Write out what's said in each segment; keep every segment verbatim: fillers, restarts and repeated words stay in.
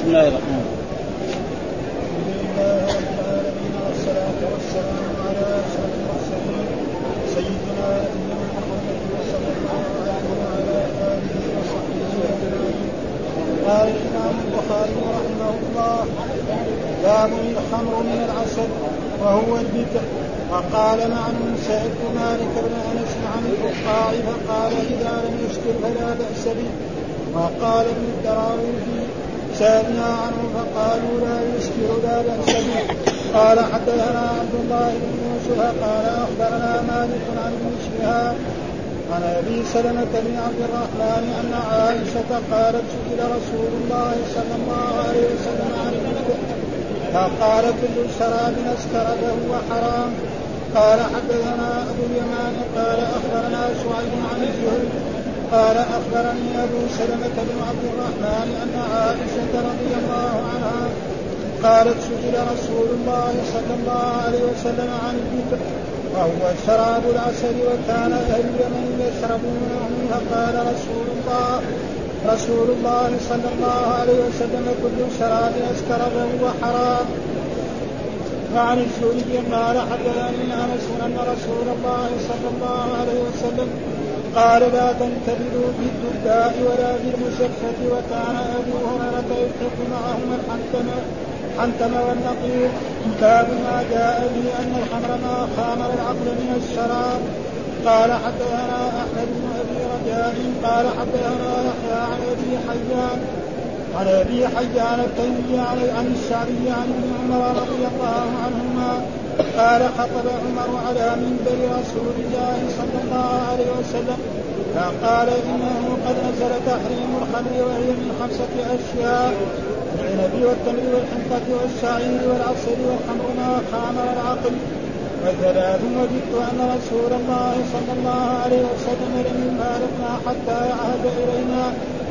بسم الله الرحمن الرحيم. والصلاة والسلام على أشرف المرسلين سيدنا محمد صلى الله عليه وعلى آله وصحبه أجمعين. قال الإمام البخاري رحمه الله: باب الخمر من العسل وهو البكر. وقال معنى: سألت مالك بن أنس عن الفقاع فقال: إذا لم يسكر فلا بأس به. وقال ابن الدراوردي: سألنا عنه فقالوا: لا يسكر لا بأس به. قال: حدثنا عبد الله بن يوسف قال أخبرنا مالك عن ابن شهاب عن أبي سلمة بن عبد الرحمن أن عائشة قالت: سئل رسول الله صلى الله عليه وسلم عن البكر فقال: كل شراب أسكر فهو حرام. قال: حدثنا أبو اليمان قال أخبرنا شعيب عن الزهري قال أخبرني أبو سلمة بن عبد الرحمن أن عائشة رضي الله عنها قالت: سئل رسول الله صلى الله عليه وسلم عن البكر وهو شراب العسل وكان أهل اليمن يشربونه فقال رسول الله رسول الله صلى الله عليه وسلم: كل شراب أسكر فهو حرام. وعن الزهري قال: حدثني أنس أن رسول الله صلى الله عليه وسلم قال: لا تنتبذوا بالدرداء ولا بالمشفة. وكان أبو هريرة يلحق معهم الحنتم حنتم والنقير. باب ما جاء به أن الخمر ما خامر العقل من الشراب. قال: حدثنا أحمد بن أبي رجاء قال حدثنا يحيى عن أبي حيان عن أبي حيان التيمي عن الشعبي عن ابن عمر رضي الله عنهما قال: خطب عمر على منبر رسول الله صلى الله عليه وسلم فقال: إنه قد نزل تحريم الخمر وهي من خمسة أشياء: العنب والتمر والحنطة والشعير والعسل والخمر ما خامر العقل. وثلاث: وجدت أن رسول الله صلى الله عليه وسلم لم يفارقنا حتى يعهد إلينا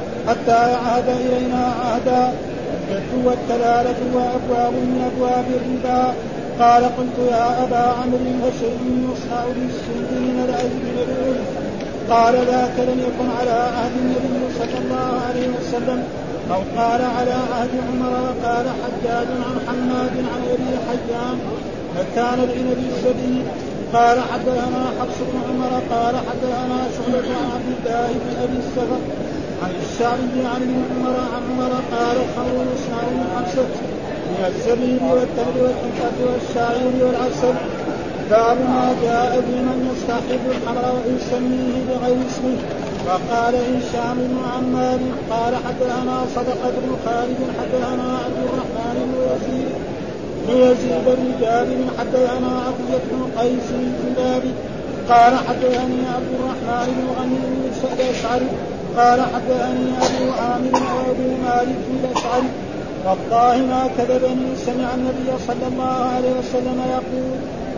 حتى يعهد إلينا عهدا: الجد والكلالة وأبواب من أبواب الربا. قال: قلت: يا أبا عمرو فشيء يصنع بالسيد من الأجل ملعون؟ قال: ذاك لم يكن على عهد النبي صلى الله عليه وسلم أو قال على عهد عمر. وقال حجاج عن حماد عن أبي حيان: فكان العنب السديد. قال: حدثنا حفص بن عمر قال حدثنا شعبة عن عبد الله بن أبي السفر عن الشعبي عن ابن عمر عن عمر قال: الخمر يصنع من خمسة: من الزبيب والتمر والحنطة والشعير والعسل. باب ما جاء بمن يستحب الخمر ويسميه بغير اسمه. وقال هشام بن عمار قال حدثنا صدقة بن خالد حدثنا عبد الرحمن بن يزيد بن يزيد بن جابر حدثنا عطية بن قيس الكلابي قال حدثني عبد الرحمن بن غني الأشعري قال حدثني أبو عامر وأبو مالك الأشعري: والله ما كذبني، سمع النبي صلى الله عليه وسلم يقول: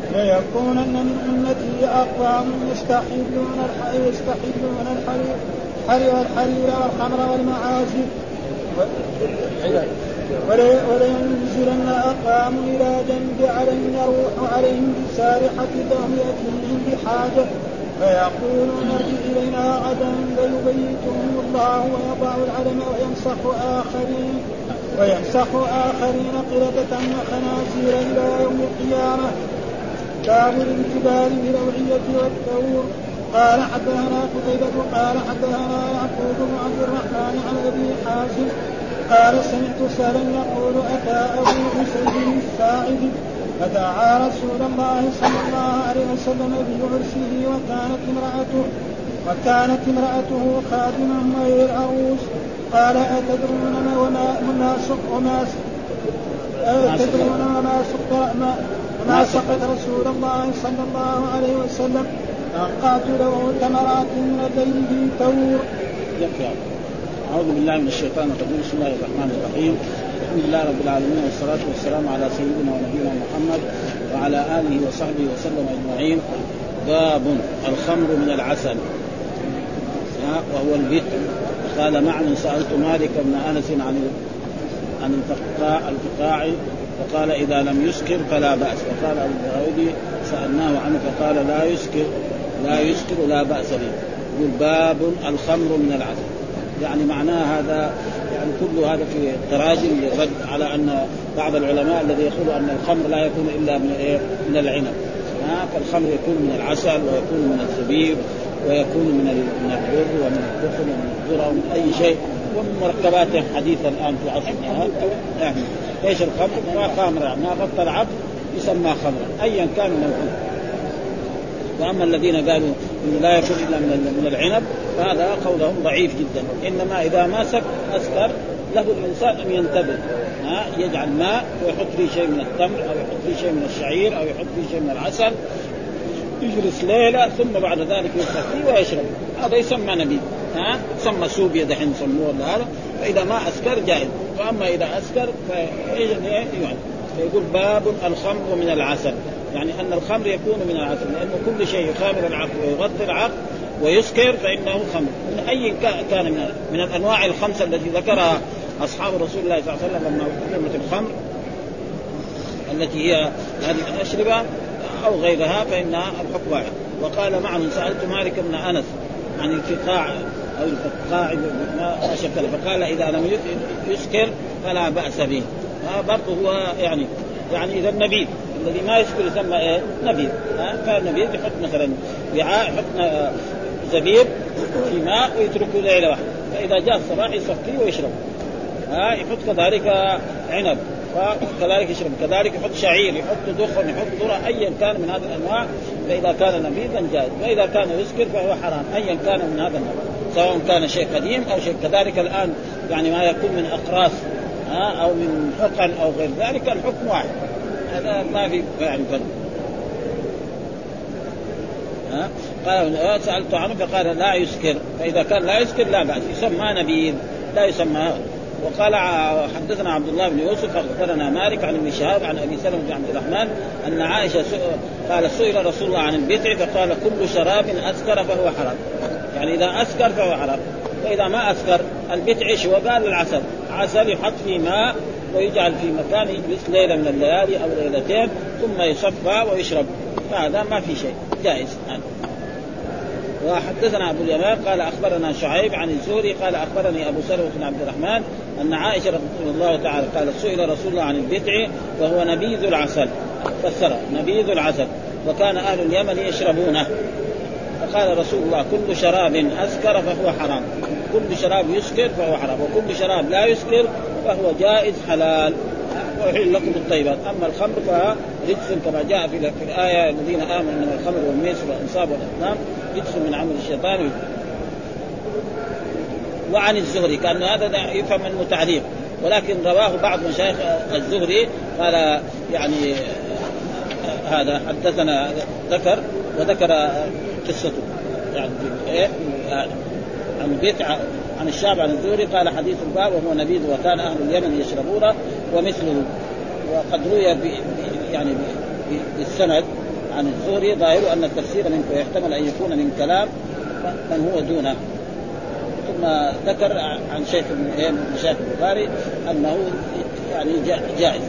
ليكونن من أمتي أقوام يستحلون الحرير يستحلون الحرير الحرير والحرير والخمر والمعازف ولينزلن أقوام إلى جنب عليهم يروح عليهم بسارحة فهم يأتيهم بحاجة فيقولون: ارجع إلينا غدا فيبيتهم الله ويضع العلم ويمسح آخرين ويمسح آخرين قردة وخنازير إلى يوم القيامة. باب الانتباه بالأوعية والثور. قال حدثنا قتيبة قال حدثنا يعقوب بن عبد الرحمن عن أبي حازم قال: سمعت سهلا يقول: أتى أبو حسين الساعدي فدعا رسول الله صلى الله عليه وسلم بعرسه وكانت امرأته وكانت امرأته خادما وهي العروس. قال: أتدرون وما وما سق وما أتدرون وما سق وما سقت رسول الله صلى الله عليه وسلم؟ فأنقعت له تمرات من الليل في تور. أعوذ بالله من الشيطان الرجيم. بسم الله الرحمن الرحيم. الحمد لله رب العالمين والصلاة والسلام على سيدنا ونبينا محمد وعلى آله وصحبه وسلم أجمعين. باب الخمر من العسل وهو البكر. قال: معنى سألت مالك بن أنس عن عن الفقاع فقال: إذا لم يسكر فلا بأس. وقال البراودي: سألناه عنه فقال: لا يسكر لا يسكر لا بأس به. يقول: باب الخمر من العسل، يعني معناه هذا يعني كل هذا في تراجم يرد على أن بعض العلماء الذي يقول أن الخمر لا يكون إلا من إيه من العنب. ها فالخمر يكون من العسل ويكون من الزبيب ويكون من من البر ومن الدخن ومن الذرة ومن أي شيء ومن مركبات حديثة الآن في عصرنا هذا. يعني إيش الخمر؟ ما خمر ما غط العبد يسمى خمرا أيا كان موجود. وأما الذين قالوا إنه لا يكون إلا من العنب فهذا قولهم ضعيف جدا. إنما إذا ماسك أسكر له الإنسان أن ينتبه، ها يجعل ماء ويحط فيه شيء من التمر أو يحط فيه شيء من الشعير أو يحط فيه شيء من العسل يجلس ليلة ثم بعد ذلك يستفيه ويشرب، هذا يسمى نبيذ. ها سمى سوبيا دحين سموه ولا هذا. فإذا ما أسكر جائز، وأما إذا أسكر فيعني فيقول باب الخمر من العسل، يعني أن الخمر يكون من العسل لأنه كل شيء يخامر العقل ويغطي العقل ويسكر فإنه خمر من أي كان من, من الأنواع الخمسة التي ذكرها أصحاب رسول الله صلى الله عليه وسلم لما حرمت الخمر التي هي هذه الأشربة أو غيرها فإنها الحكم واحد. وقال معه سألت مالك بن أنس عن الفقاع أو الفقاع ما شكل فقال إذا لم يسكر فلا بأس به. برضه هو يعني يعني إذا النبيذ الذي ما يسكر يسمى إيه نبيذ. فالنبيذ يحط مثلا وعاء يحط زبيب في ماء ويتركه ليلة واحدة، فإذا جاء الصباح يصفيه ويشرب. ها يحط كذلك عنب وكذلك يشرب، كذلك يحط شعير يحط دخن يحط ذرة أيا كان من هذه الأنواع. فإذا كان نبيذا جائز، وإذا كان يسكر فهو حرام أيا كان من هذا النوع سواء كان شيء قديم أو شيء. كذلك الآن يعني ما يكون من أقراص أو من حقن أو غير ذلك الحكم واحد، هذا ما في يعني فرق. ها قال سألت عنه فقال لا يسكر، فإذا كان لا يسكر لا بأس يسمى نبيذ لا يسمى. وقال حدثنا عبد الله بن يوسف أخبرنا مالك عن ابن شهاب عن أبي سلمة بن عبد الرحمن أن عائشة قال سئل رسول الله عن البدع فقال كل شراب أسكر فهو حرام، يعني إذا أسكر فهو حرام. فإذا ما أسكر البدع إيش هو؟ قال العسل، عسل يحط في ماء ويجعل في مكان يجلس ليلة من الليالي أو ليلتين ثم يصفى ويشرب، فهذا ما في شيء جائز. وحدثنا أبو اليمان قال أخبرنا شعيب عن الزهري قال أخبرني أبو سلمة بن عبد الرحمن أن عائشة رضي الله تعالى قال سئل رسول الله عن البدع وهو نبيذ العسل، فسر نبيذ العسل وكان أهل اليمن يشربونه، فقال رسول الله كل شراب أسكر فهو حرام، كل شراب يسكر فهو حرام، وكل شراب لا يسكر فهو جائز حلال ويحل لكم الطيبات. أما الخمر فرجس كما جاء في الآية الذين آمنوا من الخمر والميسر والأنصاب والأزلام رجس من عمل الشيطان. وعن الزهري كأن هذا يفهم منه تعليق، ولكن رواه بعض مشايخ الزهري قال يعني هذا حدثنا ذكر وذكر قصته يعني إيه عن بيت عن الشعب عن الزهري قال حديث الباب وهو نبيذ وكان أهل اليمن يشربونه ومثله. وقد روي يعني بالسند عن الزهري ظاهر أن التفسير منه يحتمل أن يكون من كلام من هو دونه. ثم ذكر عن شيخ من مشايخ البخاري أنه يعني جائز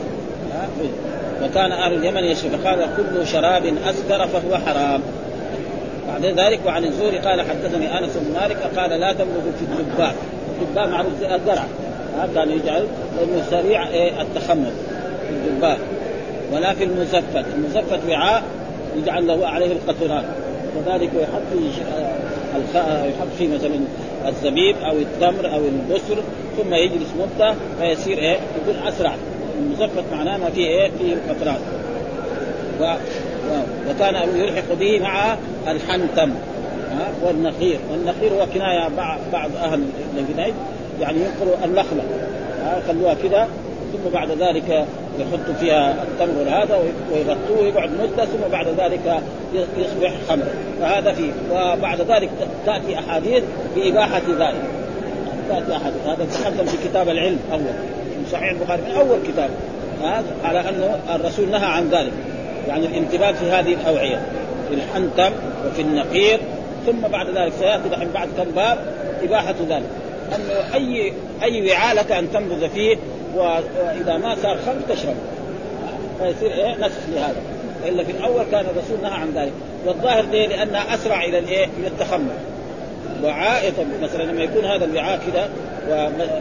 وكان أهل اليمن يشرب، فقال كل شراب أسكر فهو حرام. بعد ذلك وعن الزهري قال حدثني أنس بن مالك قال لا تملك في الدباء، الدباء معروف الزرع كان يجعل لأنه سريع التخمر في الدباء، ولا في المزفت، المزفت وعاء يجعل له عليه القطران وذلك يحط فيه يحط فيه مثلا الزبيب أو التمر أو البسر ثم يجلس مدة فيصير إيه يكون أسرع. المزفت معناه ما فيه إيه فيه القطران. و... وكان يلحق به مع الحنتم والنخير، والنخير هو كناية بعض أهل الجنيد يعني ينقلوا النخلة خلوها كده ثم بعد ذلك يحطوا فيها التمر هذا ويغطوه ويقعد مدة ثم بعد ذلك يصبح خمر، فهذا فيه. وبعد ذلك تأتي أحاديث بإباحة ذلك، تأتي أحاديث هذا تقدم في كتاب العلم أول في صحيح البخاري من أول كتاب هذا على أنه الرسول نهى عن ذلك، يعني الانتباه في هذه الأوعية في الحنتم وفي النقير. ثم بعد ذلك سيأتي دحين بعد كم باب إباحة ذلك، أنه أي أي وعاء لك أن تنبذ فيه وإذا ما صار خمر تشرب فيصير إيه نسخ لهذا. وإلا في الأول كان الرسول نهى عن ذلك، والظاهر ليه لأنها أسرع إلى الإيه إلى التخمر. وعاء مثلا لما يكون هذا الوعاء كده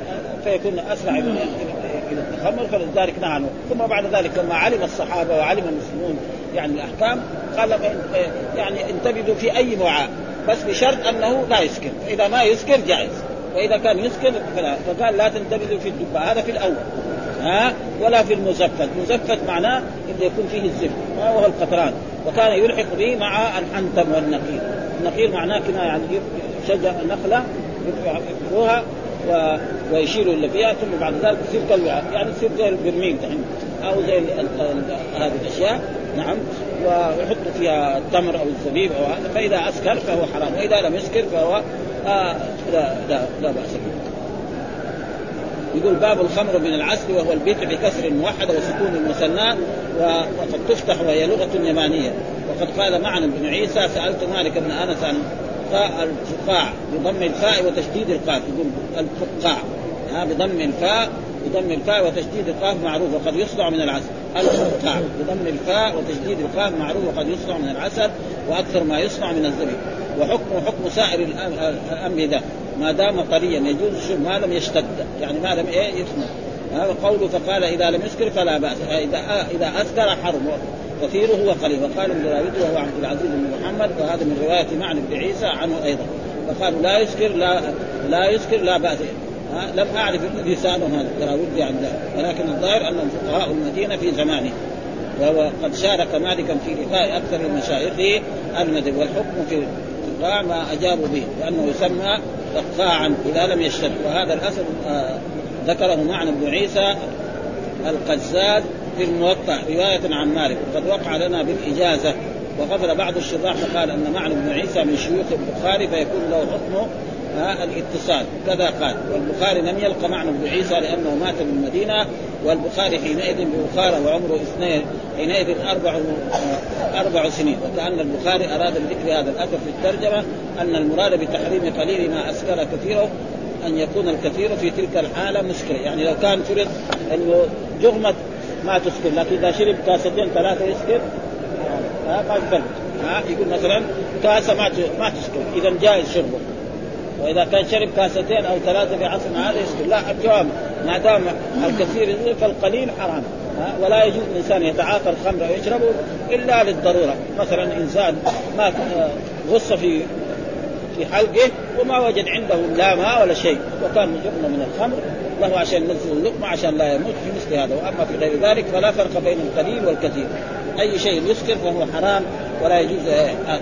فيكون أسرع إلى التخمر، فلذلك نهى عنه. ثم بعد ذلك لما علم الصحابة وعلم المسلمون يعني الأحكام قال يعني انتبذوا في أي وعاء بس بشرط أنه لا يسكر، فإذا ما يسكر جائز، وإذا كان يسكر فلا. فقال لا تنتبذوا في الدباء، هذا في الأول ها، ولا في المزفت. مزفت معناه اللي يكون فيه الزفت وهو القطران، وكان يلحق به مع الحنتم والنقيل. النقيل معناه كنا يعني شجر نخلة يفروها و... ويشيلوا اللي فيها، ثم بعد ذلك تصير كالوعاء، يعني تصير زي البرميل أو زي ال... ال... ال... هذه الأشياء. نعم، ويحطوا فيها التمر أو الزبيب أو هذا، فإذا أسكر فهو حرام، وإذا لم يسكر فهو آه لا لا لا بأس به. يقول باب الخمر من العسل وهو البيت بكسر الموحدة وسكون المثنى، وقد تفتح وهي لغة يمانية. وقد قال معن بن عيسى سألت مالك بن أنس عن الفقاع بضم الفاء وتشديد القاف. يقول الفقاع ها بضم الفاء بضم الفاء وتشديد القاف معروف وقد يصنع من العسل. الفقاع بضم الفاء وتشديد القاف معروف وقد يصنع من العسل وأكثر ما يصنع من الزبيب. وحكم حكم سائر الأمر ذا ما دام طريا يجوز الشرب ما لم يشتد، يعني ما لم ايه يثمر. هذا قوله فقال اذا لم يسكر فلا باس، اذا اذا اسكر حرم كثيره وقليل. وقال ابن داود وهو عبد العزيز بن محمد، وهذا من روايه معن بن عيسى عنه ايضا. فقالوا لا يسكر لا لا يسكر لا باس. لم اعرف لسانه هذا داود يعني لا، ولكن الظاهر انهم فقهاء المدينه في زمانه، وهو قد شارك مالكا في لقاء اكثر المشايخ المذهب. والحكم في الفقاع ما اجابوا به لانه يسمى فقاعا اذا لم يشتد. وهذا الاثر آه ذكره معن بن عيسى القزاز في الموطأ روايه عن مالك، وقد وقع لنا بالاجازه. وقبل بعض الشراح فقال ان معن بن عيسى من شيوخ البخاري فيكون له حكم آه الاتصال كذا قال. والبخاري لم يلقى معن بن عيسى لانه مات بالمدينه، والبخاري حينئذ ببخارى وعمره اثنين حينئذ اربع اربع سنين. وكأن البخاري اراد بذكر هذا الاثر في الترجمه ان المراد بتحريم قليل ما اسكر كثيره ان يكون الكثير في تلك الحاله مسكر. يعني لو كان فرض انه جغمه ما تسكر، لكن اذا شرب كاستين ثلاثه يسكر ها ما يفرق. ها يقول مثلا كاسه ما ما تسكر اذا جائز شربه، واذا كان شرب كاستين او ثلاثه في عصر هذا يسكر. لا، الجواب ما دام الكثير فالقليل حرام. ولا يجوز الانسان يتعاطى الخمر او يشربه الا للضروره. مثلا انسان ما غص في في حلقه وما وجد عنده لا ماء ولا شيء، وكان جبنه من الخمر له عشان ينزل اللقمه عشان لا يموت في مثل هذا. واما في غير ذلك فلا فرق بين القليل والكثير، اي شيء يسكر فهو حرام ولا يجوز. آه.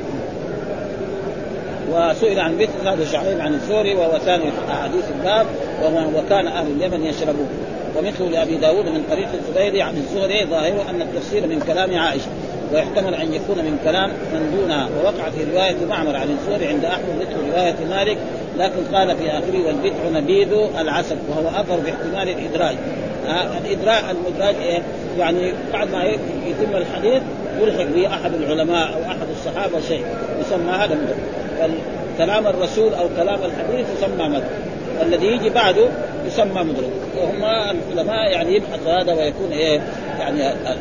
وسئل عن مثل هذا شعيب عن الزهري وهو ثاني احاديث الباب، وهو وكان اهل اليمن يشربون. ومثل لأبي داود من طريق الزبيري عن الزهري ظاهر أن التفسير من كلام عائشة، ويحتمل أن يكون من كلام من دونها. ووقع في رواية معمر عن الزهري عند أحمد مثل رواية مالك، لكن قال في آخره والبدع نبيذ العسل، وهو أقرب باحتمال الإدراج. آه الإدراج المدراج إيه؟ يعني بعد ما يتم الحديث يلحق به أحد العلماء أو أحد الصحابة شيء يسمى هذا مدرج. كلام الرسول أو كلام الحديث يسمى مدرج، الذي يجي بعده يسمى مدرج. وهم العلماء يعني يبحث هذا ويكون ايه يعني آه.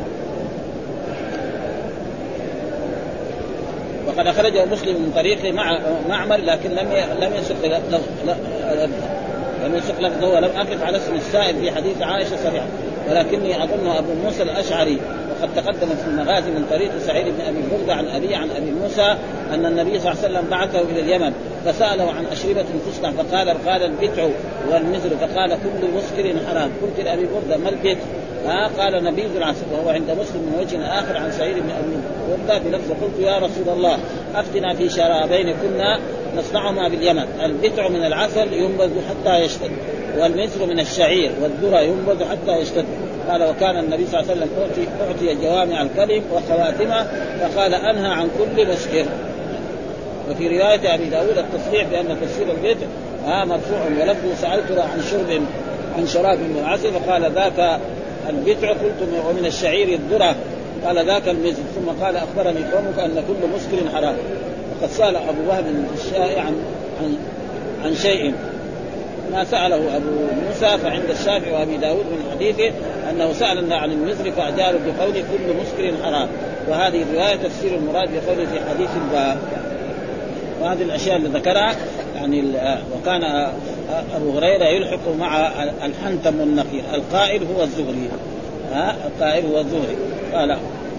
وقد أخرجه مسلم من طريق مع معمر، لكن لم لم يسق له لم يسق له ولم أقف على اسم السائل في حديث عائشة صريحا، ولكني أظن أبو موسى الأشعري وقد تقدم في المغازي من طريق سعيد بن أبي بردة عن أبي عن أبي موسى أن النبي صلى الله عليه وسلم بعثه إلى اليمن فسأله عن أشربة تصنع، فقال قال البتع والمزر، فقال كل مسكر حرام. قلت لأبي بردة ما البتع؟ آه قال نبيذ العسل. وهو عند مسلم من وجه آخر عن سعيد بن أبي بردة بلفظ قلت يا رسول الله أفتنا في شرابين كنا نصنعهما باليمن، البتع من العسل ينبذ حتى يشتد، والمزر من الشعير، والذرة ينبذ حتى يشتد. قال وكان النبي صلى الله عليه وسلم أعطي, أعطي جوامع الكلم وخواتمه، فقال أنهى عن كل مسكر. وفي رواية أبي داود التصريح بأن تفسير البتع آه مرفوع، ولفظه سألت عن شرب عن شراب من العسل فقال ذاك البتع، قلت ومن الشعير الذرة قال ذاك المزر. ثم قال أخبرني قومك أن كل مسكر حرام. وقد سأل أبو وهب الشائع عن, عن, عن شيء ما سأله أبو موسى، فعند الشافعي وأبي داود من حديثه أنه سأل عن المزر فأجاب بقوله كل مسكر حرام. وهذه الرواية تفسير المراد بقوله في حديث الباب. وهذه الأشياء اللي ذكرها يعني وكان أبو هريرة يلحق مع الحنتم والنخيل. القائل هو الزهري، ها القائل هو الزهري قال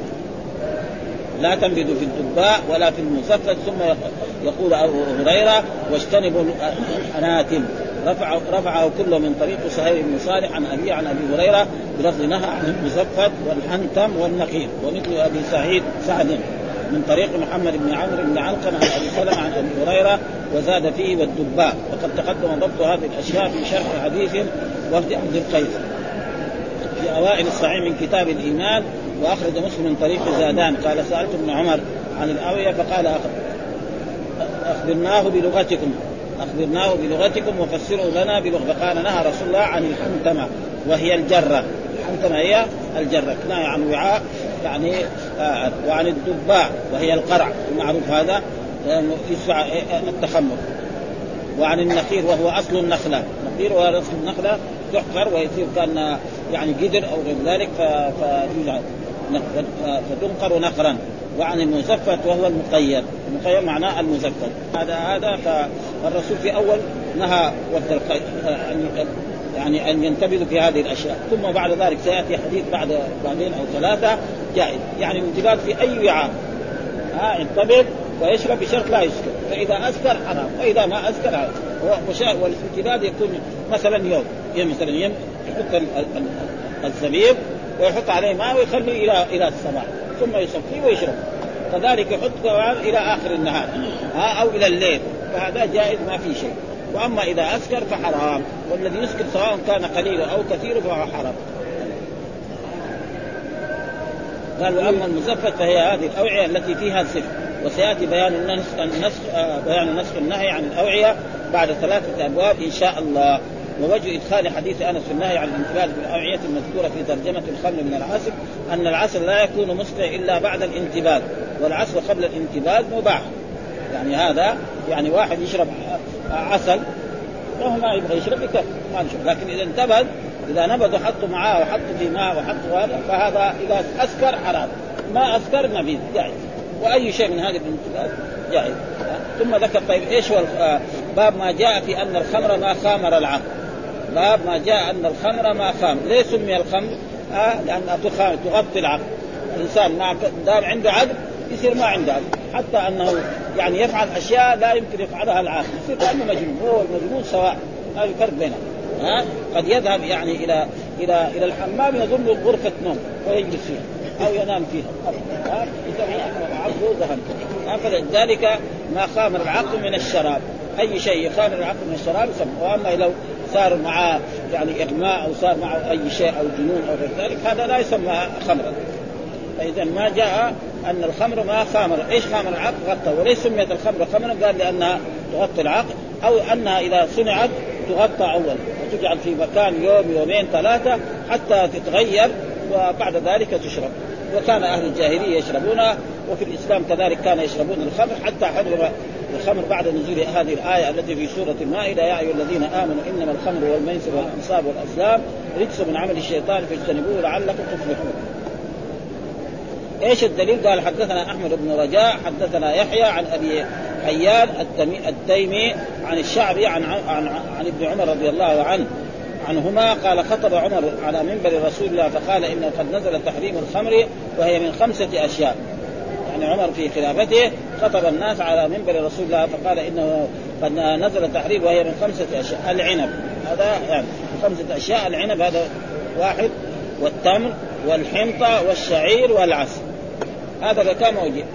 لا تنبذ في الدباء ولا في المزفت. ثم يقول أبو هريرة واجتنبوا الحناتم. رفعه, رفعه كله من طريق سهيل بن صالح عن أبي عن أبي هريرة بلفظ نهى عن المزفت والحنتم والنخيل. ومثل أبي سعيد سعد من طريق محمد بن عمرو بن علقمة عن أبي سلمة عن أبي هريرة وزاد فيه والدباء. وقد تقدم ضبط هذه الأشياء في شرح حديث وفد عبد القيس في أوائل الصحيح من كتاب الإيمان. وأخرج مسلم من طريق زادان قال سألت ابن عمر عن الأوعية فقال أخبرناه بلغتكم أخبرناه بلغتكم وفسروا لنا بلغة. فقال نهى رسول الله عن الحنتمة وهي الجرة. الحنتمة هي الجرة كناية عن وعاء يعني آه. وعن الدباء وهي القرع المعروف هذا يدفع التخمر. وعن النخير وهو أصل النخلة. النخير وهو أصل النخلة تحفر ويصير كان يعني قدر أو غير ذلك فتنقر نقرا. وعن المزفت وهو المقيد. المقيد معناه المزفت. هذا هذا فالرسول في أول نهى وفد يعني أن ينتبذوا في هذه الأشياء. ثم بعد ذلك سيأتي حديث بعد بعدين أو ثلاثة جائز يعني الانتباه في أي وعاء ها ينتبذ ويشرب بشرط لا يسكر. فإذا أسكر حرام وإذا ما أسكر حرام. والانتباه يكون مثلا يوم يوم مثلا يوم يحط الزبيب ويحط عليه ماء ويخليه إلى إلى الصباح ثم يصفيه ويشرب. كذلك يحط إلى آخر النهار ها أو إلى الليل. فهذا جائز ما في شيء. وأما إذا أسكر فحرام. والذي يسكر سواء كان قليلا أو كثير فهو حرام. قال وأما المزفت فهي هذه الأوعية التي فيها الزفت. وسيأتي بيان النسخ, النسخ آه بيان نسخ النهي عن الأوعية بعد ثلاثة أبواب إن شاء الله. ووجه إدخال حديث أنس في النهي عن الانتباه بالأوعية المذكورة في ترجمة الخمر من العسل أن العسل لا يكون مسكر إلا بعد الانتباه والعسل قبل الانتباه مباح. يعني هذا يعني واحد يشرب عسل وهو ما يبغى يشرب يكفي ما يشرب. لكن إذا انتبه إذا نبذ وحطوا معاه وحطوا في ماء وحطوا هذا فهذا إذا أسكر حرام. ما أسكر نبيذ جائز. وأي شيء من هذه الانتباه جائز. ثم ذكر طيب إيش هو باب ما جاء في أن الخمر ما خامر العقل. باب ما جاء أن الخمر ما خامر. ليه سمي الخمر؟ آه لأنها تغطي العقل. الإنسان ما دام عنده عقل يصير ما عنده عقل حتى أنه يعني يفعل أشياء لا يمكن يفعلها العاقل يصير كأنه مجنون. هو المجنون سواء لا يفرق بينهم. ها قد يذهب يعني إلى إلى إلى الحمام يظن غرفة نوم ويجلس فيها أو ينام فيها. ها عقله ذهب. فلذلك ما خامر العقل من الشراب. أي شيء يخامر العقل من الشراب يسمى. وأما لو صار معه يعني إغماء أو صار معه أي شيء أو جنون أو غير ذلك هذا لا يسمى خمرا. فإذا ما جاء أن الخمر ما خامر. إيش خامر العقل؟ غطى. وليس سميت الخمر خمرا قال لأنها تغطي العقل أو أنها إذا صنعت تغطى أول وتجعل في مكان يوم يومين ثلاثة حتى تتغير وبعد ذلك تشرب. وكان أهل الجاهلية يشربونها وفي الإسلام كذلك كان يشربون الخمر حتى حرم الخمر بعد نزول هذه الآية التي في سورة المائدة يا أيها الذين آمنوا إنما الخمر والميسر والأنصاب والأزلام رجس من عمل الشيطان فاجتنبوه لعلكم تفلحون. ايش الدليل؟ قال حدثنا احمد بن رجاء حدثنا يحيى عن ابي حيان التيمي عن الشعبي عن عن عن ابن عمر رضي الله عنه عنهما قال خطب عمر على منبر رسول الله فقال انه قد نزل تحريم الخمر وهي من خمسه اشياء. يعني عمر في خلافته خطب الناس على منبر رسول الله فقال انه قد نزل تحريم وهي من خمسه اشياء. العنب هذا يعني خمسه اشياء. العنب هذا واحد والتمر والحنطة والشعير والعسل. هذا كان موجود.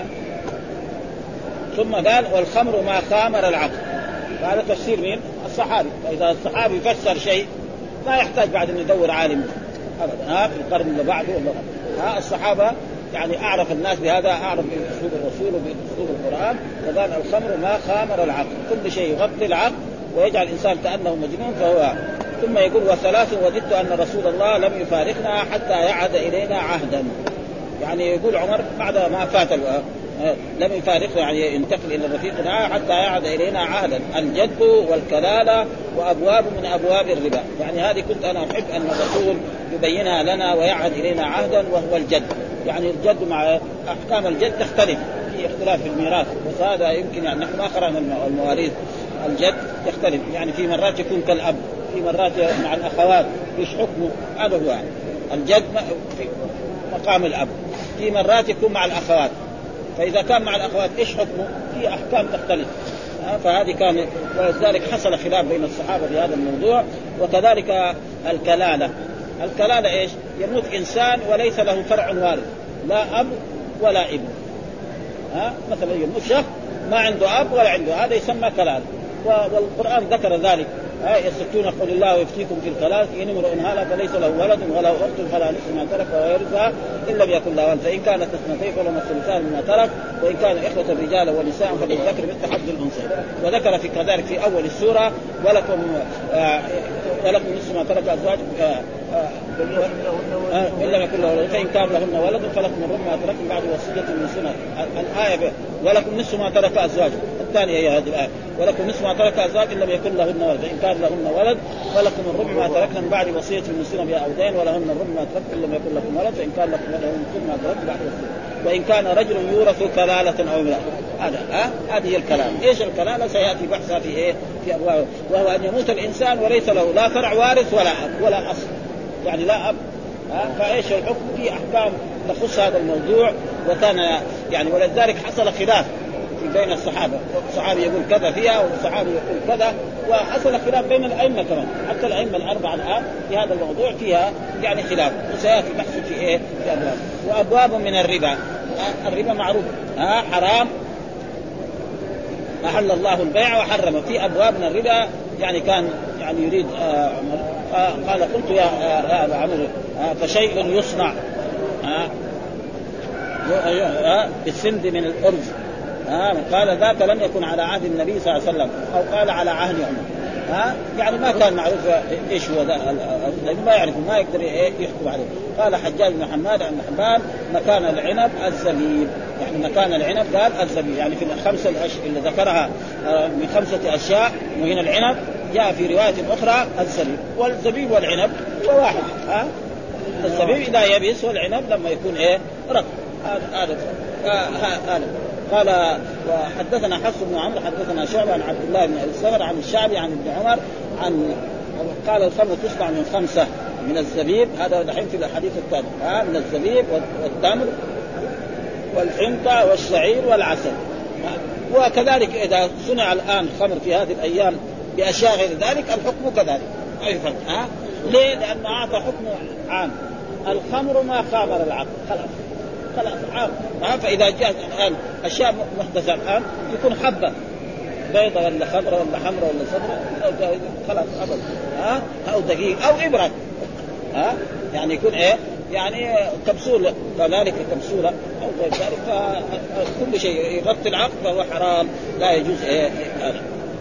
ثم قال والخمر ما خامر العقل. هذا تفسير مين؟ الصحابي. فإذا الصحابي يفسر شيء لا يحتاج بعد أن يدور عالم أبدا. ها في القرن اللي بعده ها الصحابة يعني أعرف الناس بهذا أعرف بأسلوب الرسول وبأسلوب القرآن. فقال الخمر ما خامر العقل. كل شيء يغطي العقل ويجعل الإنسان كأنه مجنون فهو. ثم يقول وثلاث وجدت أن رسول الله لم يفارقنا حتى يعد إلينا عهدا. يعني يقول عمر بعد ما فات لم يفارقنا يعني ينتقل إلى الرفيق الأعلى حتى يعد إلينا عهدا. الجد والكلالة وأبواب من أبواب الربا. يعني هذه كنت أنا أحب أن الرسول يبينها لنا ويعد إلينا عهدا وهو الجد. يعني الجد مع أحكام الجد تختلف في اختلاف في الميراث. وهذا يمكن يعني نحن ما قرأنا المواريث الجد يختلف، يعني في مرات يكون كالأب، في مرات مع الأخوات إيش حكمه؟ هذا هو يعني الجد في مقام الأب، في مرات يكون مع الأخوات، فإذا كان مع الأخوات إيش حكمه؟ في أحكام تختلف. فهذه كان ولذلك حصل خلاف بين الصحابة في هذا الموضوع. وكذلك الكلالة، الكلالة إيش؟ يموت إنسان وليس له فرع وارث، لا أب ولا ابن. ها مثلا يموت شخص ما عنده أب ولا عنده، هذا يسمى كلالة. والقرآن ذكر ذلك، يستفتون قل الله يفتيكم في الكلالة إن امرؤ هلك فليس له ولد وله أخت فلا نصف ما ترك ويرثها إن لم يكن له ولد فإن كانت اثنتين فلهما الثلثان مما ترك وإن كان إخوة رجالا ونساء فللذكر مثل حظ الأنثيين. وذكر في كذلك في أول السورة ولكم آه ولكم نصف ما ترك أزواجكم آه آه إن لم يكن له ولد فإن كان لهن ولد فلكم الربع ما تركتم بعد وصية من سنة. الآية ولكم نصف ما ترك أزواجكم، الثانية هي هذه الآية ولكم نصف ما ترك أزواج إن لم يكن لهن ولد فإن كان لهن ولد ولكم الربع ما تركنا من بعد وصية المسلمين بها أو دين ولهن الربع ما تركتم إن لم يكن لكم ولد فإن كان لكم ولد لهن ما تركتم بعد وصية وإن كان رجل يورث كلالة أو امرأة. هذا ها هذه الكلام. إيش الكلالة؟ سيأتي بحثها في إيه في أبواب، وهو أن يموت الإنسان وليس له لا فرع وارث ولا أب ولا أصل، يعني لا أب. ها فإيش الحكم؟ في أحكام تخص هذا الموضوع. وكان يعني ولذلك حصل خلاف بين الصحابة، صحابي يقول كذا فيها وصحابي يقول كذا، وحصل خلاف بين الأئمة كمان، حتى الأئمة الأربعة الآن في هذا الموضوع فيها يعني خلاف، وسيأتي بحث في إيه في أبواب. وأبواب من الربا، الربا معروف ها حرام، أحل الله البيع وحرمه. في أبواب من الربا يعني كان يعني يريد آه عمر آه قال قلت يا آه أبا عمرو آه فشيء يصنع آه آه بالسند من الأرز آه قال ذاك لم يكن على عهد النبي صلى الله عليه وسلم أو قال على عهد عمر. ها آه يعني ما كان معروف ايش هو ذا، ما يعرف ما يقدر يحكم عليه. قال حجاج بن حماد عن حبان مكان العنب الزبيب، يعني مكان العنب قال الزبيب، يعني في الخمسه الاشياء اللي ذكرها من خمسه اشياء وهنا العنب، جاء في روايه اخرى الزبيب. والزبيب والعنب هو واحد. ها آه الزبيب اذا يبس والعنب لما يكون ايه رطب. هذا هذا قال وحدثنا حفص بن عمرو حدثنا شعبة عن عبد الله بن الصغر عن الشعبي عن ابن عمر عن قال الخمر تصنع من خمسة من الزبيب، هذا دحين في الحديث الثاني ها من الزبيب والتمر والحنطة والشعير والعسل. وكذلك إذا صنع الآن خمر في هذه الأيام بأشياء غير ذلك الحكم كذلك أيضا. ها ليه؟ لأنه أعطى حكم عام، الخمر ما خامر العقل خلاص خلاص عام. ها فإذا جاءت الآن أشياء محدثة الآن يكون حبة بيضة ولا خضرة ولا حمراء ولا صفراء خلاص أبدا. ها أو دقيق أو إبرة. ها يعني يكون إيه يعني كبسولة كذلك كبسولة أو غير ذلك، كل شيء يغطي العقل فهو حرام لا يجوز إيه هذا.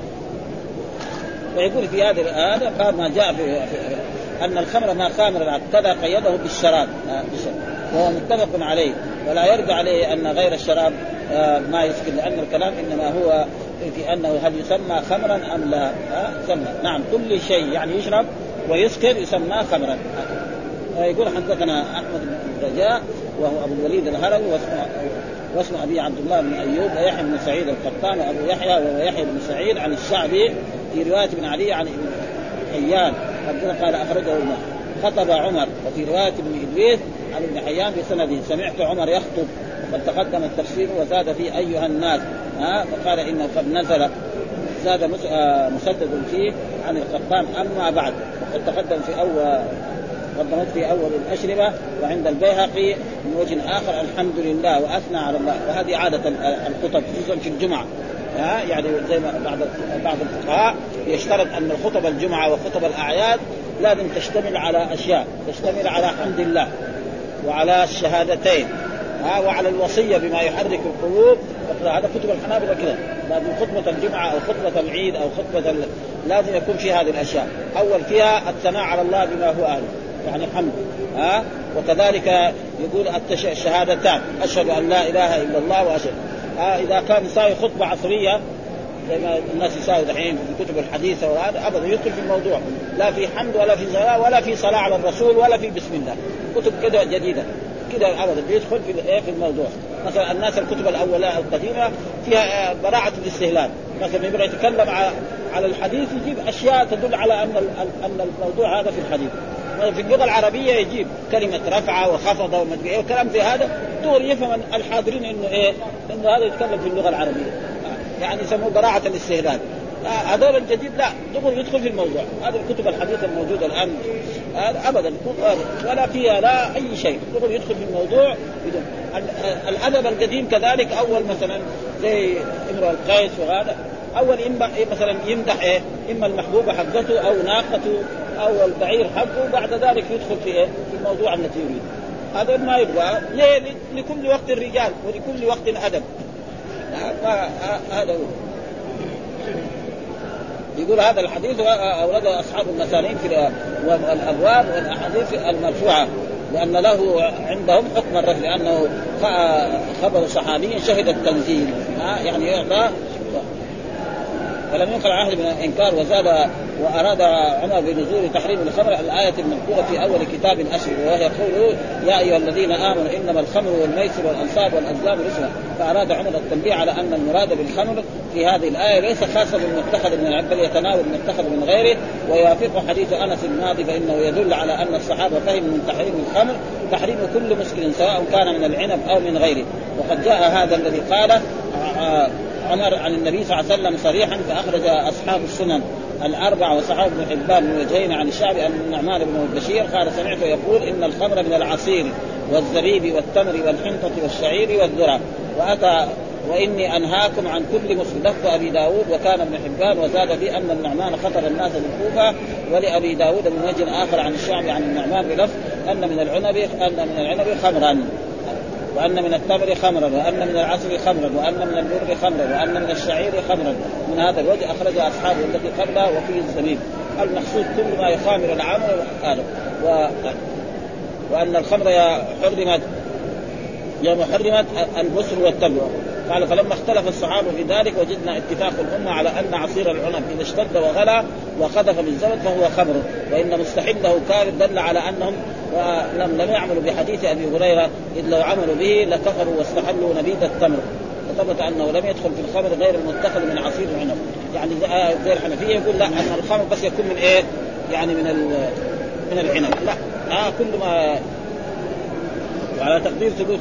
ويقول في هذه هذا قال ما جاء في أن الخمر ما خامر العقل كذا قيده بالشراب وهو متفق عليه، ولا يرد عليه أن غير الشراب ما يسكر، لأن الكلام إنما هو في أنه هل يسمى خمرا أم لا. يسمى نعم كل شيء يعني يشرب ويسكر يسمى خمرا. يقول حدثنا أحمد بن رجاء وهو أبو الوليد الهروي واسمه, واسمه أبي عبد الله بن أيوب ويحيى بن سعيد القطان وأبو يحيى وهو يحيى بن سعيد عن الشعبي في رواية ابن علي عن ابن حيان قال أخرجه الماء خطب عمر، وفي رواية ابن إدريس عن ابن حيان بسنده سمعت عمر يخطب وقد تقدم التفسير وزاد في أيها الناس. ها فقال إنه قد نزل زاد مسدد فيه عن القطان أما بعد وقد تقدم في أول قدمت في أول الأشربة وعند البيهقي من وجه آخر الحمد لله وأثنى على الله. وهذه عادة الخطب خصوصا في الجمعة. ها يعني زي ما بعض بعض الفقهاء يشترط أن خطب الجمعة وخطب الأعياد لازم تشتمل على أشياء، تشتمل على حمد الله وعلى الشهادتين ها وعلى الوصية بما يحرك القلوب. هذا كتب الحنابلة كده، لازم خطبة الجمعة أو خطبة العيد أو خطبة ال... لازم يكون في هذه الأشياء. أول فيها الثناء على الله بما هو أهله يعني حمد. ها وكذلك يقول الشهادتان أشهد أن لا إله إلا الله وأشهد. ها إذا كان يساوي خطبة عصرية زي ما الناس يساوي دحين في كتب الحديثة وهذا أبدا يدخل في الموضوع، لا في حمد ولا في صلاة ولا في صلاة على الرسول ولا في بسم الله، كتب كده جديدة كده أبدا بيدخل في في الموضوع. مثلا الناس الكتب الأولى القديمة فيها براعة الاستهلال، مثلا يبغى يتكلم على الحديث يجيب أشياء تدل على أن أن الموضوع هذا في الحديث. في اللغة العربية يجيب كلمة رفع وخفض ومدري إيه وكلام في هذا دور يفهم الحاضرين إنه إيه إنه هذا يتكلم في اللغة العربية، يعني يسموه براعة الاستهلال. هذول الجديد لا دغري يدخل في الموضوع. هذه الكتب الحديثة الموجودة الآن أبدا ولا فيها لا أي شيء، دغري يدخل في الموضوع بدون. الأدب القديم كذلك أول مثلا زي امرؤ القيس وهذا أول إما مثلا يمدح إيه إما المحبوبة حقته أو ناقته أو البعير حقه، بعد ذلك يدخل في إيه في الموضوع التي يريد. هذا ما يبغى ليه؟ لكل وقت الرجال ولكل وقت أدب. هذا هو. يقول هذا الحديث أورده أصحاب المسانيد في الأبواب والأحاديث المرفوعة لأن له عندهم حكم الرفع لأنه خبر صحابي شهد التنزيل يعني يعطى. ولم ينقل عهد من الإنكار وزاد وأراد عمر بنزول تحريم الخمر الآية المذكورة في أول كتاب الأشر وهي قوله يا أيها الذين آمنوا إنما الخمر والميسر والأنصاب والأزلام رجس. فأراد عمر التنبيه على أن المراد بالخمر في هذه الآية ليس خاصا بالمتخذ من العب بل يتناول المتخذ من غيره. ويوافق حديث أنس الماضي فإنه يدل على أن الصحابة فهموا من تحريم الخمر تحريم كل مسكر سواء كان من العنب أو من غيره. وقد جاء هذا الذي قاله عمر عن النبي صلى الله عليه وسلم صريحا فأخرج أصحاب السنن الأربعة وصحاب ابن حبان من وجهين عن الشعبي أن النعمان بن بشير قال سمعته يقول إن الخمر من العصير والزبيب والتمر والحنطة والشعير والذرة وأتى وإني أنهاكم عن كل مسلم. لفظ أبي داود وكان ابن حبان وزاد في أن النعمان خطر الناس بالكوفة. ولأبي داود من وجه آخر عن الشعبي عن النعمان بلفظ أن من العنب أن من العنب خمرا وأن من التمر خمرا وأن من العسل خمرا وأن من البر خمرا وأن من الشعير خمرا. من هذا الوجه أخرج أصحابه التي قبلها وفيه الزبيب. المقصود كل ما يخامر العامل هذا و... وأن الخمر حرمت يوم حرمت البسر والتمر. قال فلما اختلف الصحابة في ذلك وجدنا اتفاق الأمة على أن عصير العنب إذا اشتد وغلى وقذف بالزبد فهو خمر وإن مستحله كافر. دل على أنهم لم لم يعملوا بحديث أبي هريرة إذ لو عملوا به لكفروا واستحلوا نبيذ التمر. وثبت أنه لم يدخل في الخمر غير المتخذ من عصير العنب. يعني زي الحنفية يقول لا أن الخمر بس يكون من إيه يعني من من العنب لا آه كل ما وعلى تقدير ثبوت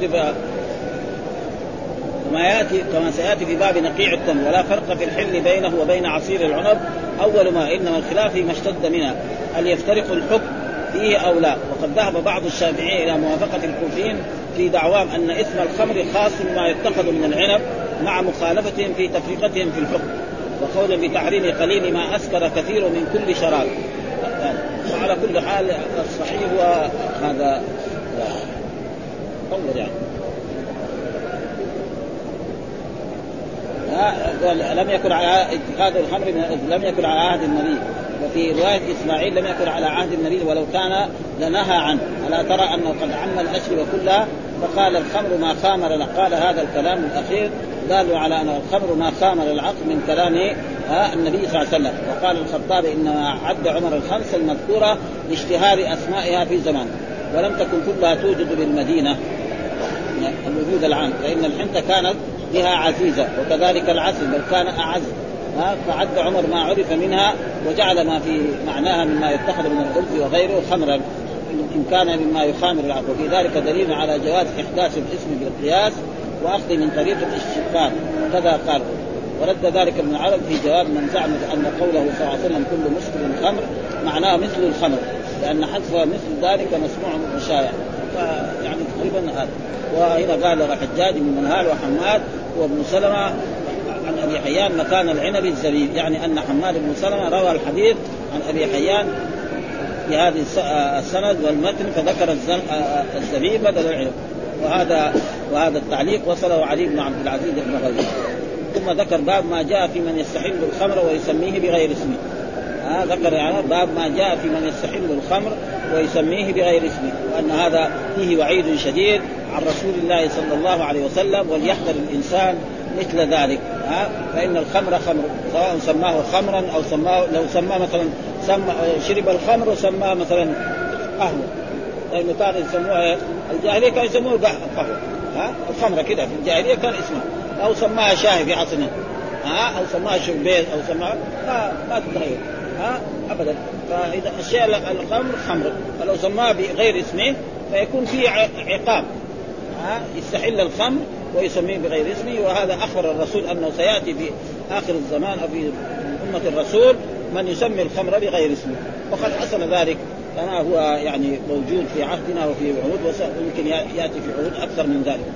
ما يأتي كما سيأتي في باب نقيع التمر. ولا فرق في الحل بينه وبين عصير العنب. أول ما إنما الخلاف فيما اشتد منها هل يفترق الحكم فيه أو لا. وقد ذهب بعض الشافعيين إلى موافقة الكوفيين في دعواهم أن اسم الخمر خاص بما يتخذ من العنب مع مخالفتهم في تفريقتهم في الحكم وقول بتحريم قليل ما أسكر كثير من كل شراب. وعلى كل حال الصحيح هو هذا أول يعني لم يكن على اتخاذ الخمر لم يكن على عهد النبي. وفي رواية إسماعيل لم يكن على عهد النبي ولو كان لنهى عنه. ألا ترى أنه قد عم الأشربة كلها فقال الخمر ما خامر. قال هذا الكلام الأخير دال على أن الخمر ما خامر العقل من كلام النبي صلى الله عليه وسلم. وقال الخطابي إنما عد عمر الخمس المذكورة لاشتهار أسمائها في زمان ولم تكن كلها توجد بالمدينة الوجود العام فإن الحنطة كانت بها عزيزة وكذلك العسل بل كان أعز. فعد عمر ما عرف منها وجعل ما في معناها مما يتخذ من الخبز وغيره خمرا إن كان مما يخامر العقل. وفي ذلك دليل على جواز إحداث الاسم بالقياس وأخذ من طريقة الاشتقاق كذا قال. ورد ذلك ابن عرب في جواب من زعم أن قوله صلى الله عليه وسلم كل مسكر خمر معناه مثل الخمر لأن حذف مثل ذلك مسموع مشايع يعني تقريبا هذا. وهنا قال حجاج بن منهال وحماد وابن سلمة عن أبي حيان مكان العنب الزبيب يعني أن حماد بن سلمة روى الحديث عن أبي حيان في هذه السند والمتن فذكر الزبيب بدل العنب. وهذا وهذا التعليق وصله علي بن عبد العزيز بن غزي. ثم ذكر باب ما جاء في من يستحل الخمر ويسميه بغير اسمه. آه ذكر يعني باب ما جاء في من يستحل الخمر ويسميه بغير اسمه وأن هذا فيه وعيد شديد عن رسول الله صلى الله عليه وسلم وليحذر الإنسان مثل ذلك. آه فإن الخمر خمر سواء سماه خمرا أو سماه لو سماه مثلا سمى شرب الخمر وسماه مثلا قهوة لأنه كان يسموها الجاهلية كان يسموه قهوة. ها الخمرة كده في الجاهلية كان اسمها أو سماها شاي في عصرنا ها أو سماها شربين أو سماها ما ما تتغير ها أبدا. فإذا الشيء الخمر خمر، فلو سماها بغير اسمه فيكون فيه عقاب، ها يستحل الخمر ويسميه بغير اسمه. وهذا أخبر الرسول أنه سيأتي في آخر الزمان أو في أمة الرسول من يسمي الخمر بغير اسمه، وقد حصل ذلك كما هو يعني موجود في عهدنا وفي عهود، ويمكن يأتي في عهود أكثر من ذلك.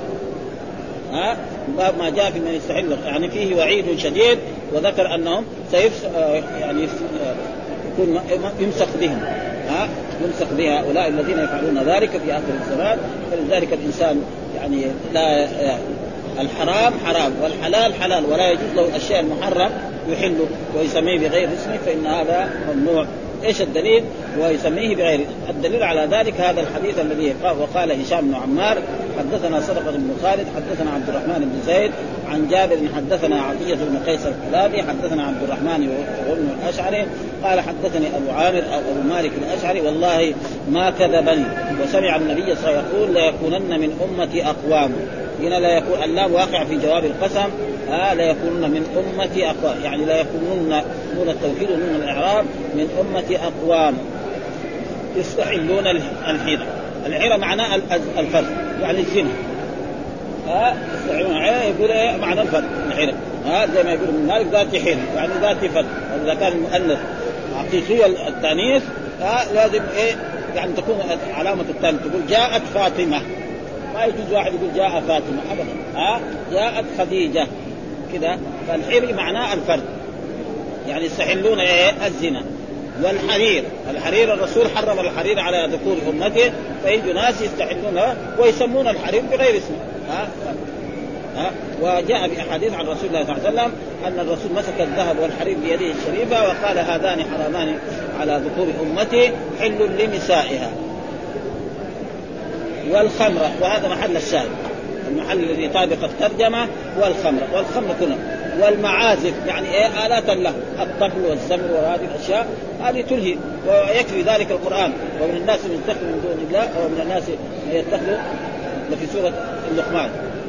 ها باب ما جاء في من يستحل، يعني فيه وعيد شديد، وذكر أنهم سيفس يعني يكون يمسخ بهم، ها يمسخ بها هؤلاء الذين يفعلون ذلك في آخر الزمان. فلذلك الإنسان يعني لا الحرام حرام والحلال حلال، ولا يجوز له الأشياء المحرم يحله ويسميه بغير اسمه، فإن هذا ممنوع. إيش الدليل؟ ويسميه بغير الدليل على ذلك هذا الحديث الذي قال وقال هشام بن عمار حدثنا صدقة بن خالد حدثنا عبد الرحمن بن زيد عن جابر حدثنا عطية بن قيس الكلابي حدثنا عبد الرحمن وابن الأشعري قال حدثني أبو عامر أو أبو مالك الأشعري والله ما كذبني، وسمع النبي صلى الله عليه وسلم يقول لا يكونن من أمتي أقوام. هنا لا يكون اللام واقع في جواب القسم، آه لا يكونن من أمتي أقوام، يعني لا يكونن نون التوكيد ونون الإعراب من أمتي أقوام يستحلون الحيرة. الحيرة معناه الفرد يعني الزنا، ها آه يستحلون الحيرة يقول إيه معنى الفرد الحيرة، ها آه زي ما يقول من مالك ذات حيرة يعني ذات فرد. إذا كان المؤنث حقيقية التانيث آه لازم إيه يعني تكون علامة التانيث، تقول جاءت فاطمة، ما يجوز واحد يقول جاء فاطمة أبدا، ها آه جاءت خديجة كده. فالحيرة معناه الفرد، يعني يستحلون إيه الزنا. والحرير، الحرير الرسول حرم الحرير على ذكور أمته، فيجوا ناس يستحلونها ويسمون الحرير بغير اسمه، ها ها وجاء بأحاديث عن رسول الله صلى الله عليه وسلم أن الرسول مسك الذهب والحرير بيده الشريفة وقال هذان حرامان على ذكور أمتي حل لنسائها. والخمرة، وهذا محل الشاهد المحل الذي طابق الترجمة، والخمرة والخمرة كلها. والمعازف يعني ايه آلات له الطبل والزمر وهذه الأشياء هذه تلهي، ويكفي ذلك القرآن ومن الناس من يتخذ من دون الله ومن الناس من يتخذ في سورة اللقمان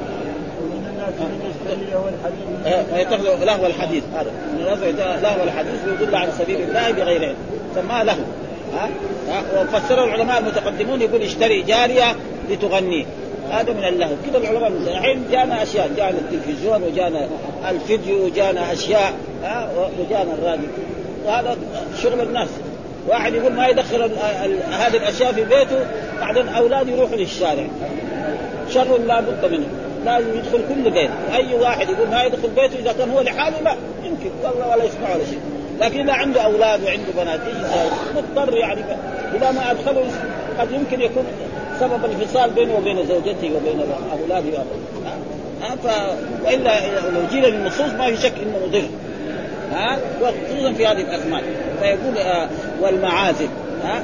يتخذ لهو الحديث، هذا من الناس لهو الحديث ويضل عن سبيل الله بغير علم سماه له. ها وفسر العلماء المتقدمون يقول اشتري جارية لتغنيه، هذا من اللهو كده. العلماء الحين جانا أشياء، جانا التلفزيون وجانا الفيديو وجانا أشياء ها وجانا الراديو، وهذا شغل الناس. واحد يقول ما يدخل هذه الأشياء في بيته، بعدين أولاد يروحوا للشارع، شر لا بد منه، لازم يدخل كل بيت. أي واحد يقول ما يدخل بيته إذا كان هو لحاله لا يمكن والله ولا يسمع ولا شيء، لكن إذا عنده أولاد وعنده بنات مضطر يعني إذا ما أدخله قد يمكن يكون سبب الانفصال بينه وبين زوجته وبين أولاده. ها ف وإلا لو جينا للنصوص ما في شك إنه مضر، ها وخصوصا في هذه الأزمان. فيقول آه والمعازف، ها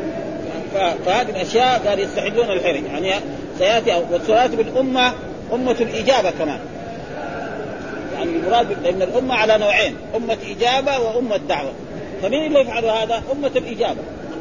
فهذه الأشياء قال يستحلون الحرج، يعني سيأتي والصلاة بالأمة أمة الإجابة كمان، يعني المراد لأن الأمة على نوعين، أمة إجابة وأمة دعوة. فمين اللي يفعل هذا؟ أمة الإجابة.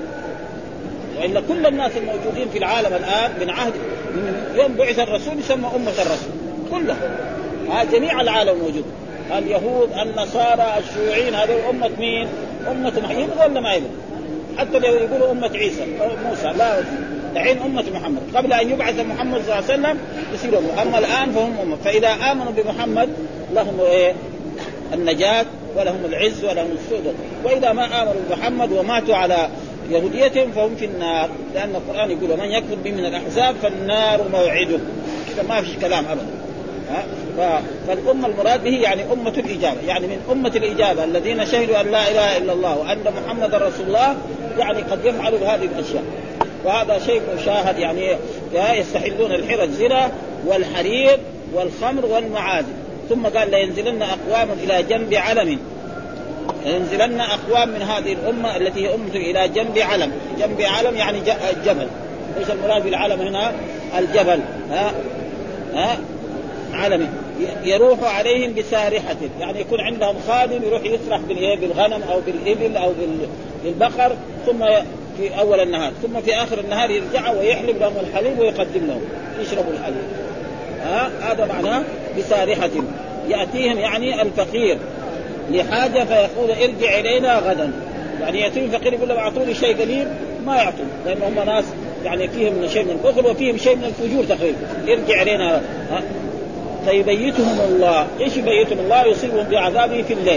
وإلا كل الناس الموجودين في العالم الآن من عهد من يوم بعث الرسول يسمى أمة الرسول كلها، ها جميع العالم موجود، اليهود النصارى الشيوعيين، هذول أمة مين؟ أمة محمد ولا ما يبقى؟ حتى لو يقولوا أمة عيسى أو موسى لا، الحين أمة محمد. قبل أن يبعث محمد صلى الله عليه وسلم يصيروا، أما الآن فهم أمة. فإذا آمنوا بمحمد لهم إيه؟ النجاة ولهم العز ولهم السؤدد، وإذا ما آمنوا بمحمد وماتوا على يهوديتهم فهم في النار، لأن القرآن يقول من يكفر به من الأحزاب فالنار موعده، كذا ما فيش كلام أبدا. ها فالأمة المراد به يعني أمة الإجابة، يعني من أمة الإجابة الذين شهدوا أن لا إله إلا الله وأن محمد رسول الله، يعني قد يفعلوا هذه الأشياء. وهذا شيء مشاهد، يعني يستحلون الحرى الزنا والحرير والخمر والمعازف. ثم قال لينزلن أقوام إلى جنب علم، ينزلن أقوام من هذه الأمة التي هي أمة إلى جنب علم. جنب علم يعني الجبل. ليس المراد بالعلم هنا الجبل، ها ها علم يروح عليهم بسارحة، يعني يكون عندهم خادم يروح يسرح بالغنم أو بالإبل أو بالبقر، ثم في أول النهار ثم في آخر النهار يرجع ويحلب لهم الحليب ويقدم لهم يشربوا الحليب. ها هذا معناه بسارحة. يأتيهم يعني الفقير لحاجة فيقول ارجع إلينا غدا، يعني يأتيهم فقير يقول له أعطوني شيء قليل ما يعطون، لأن هم ناس يعني فيهم من شيء من البخل وفيهم شيء من الفجور تقريبا. ارجع إلينا فيبيتهم الله. إيش يبيتهم الله؟ يصيبهم بعذابه في الليل،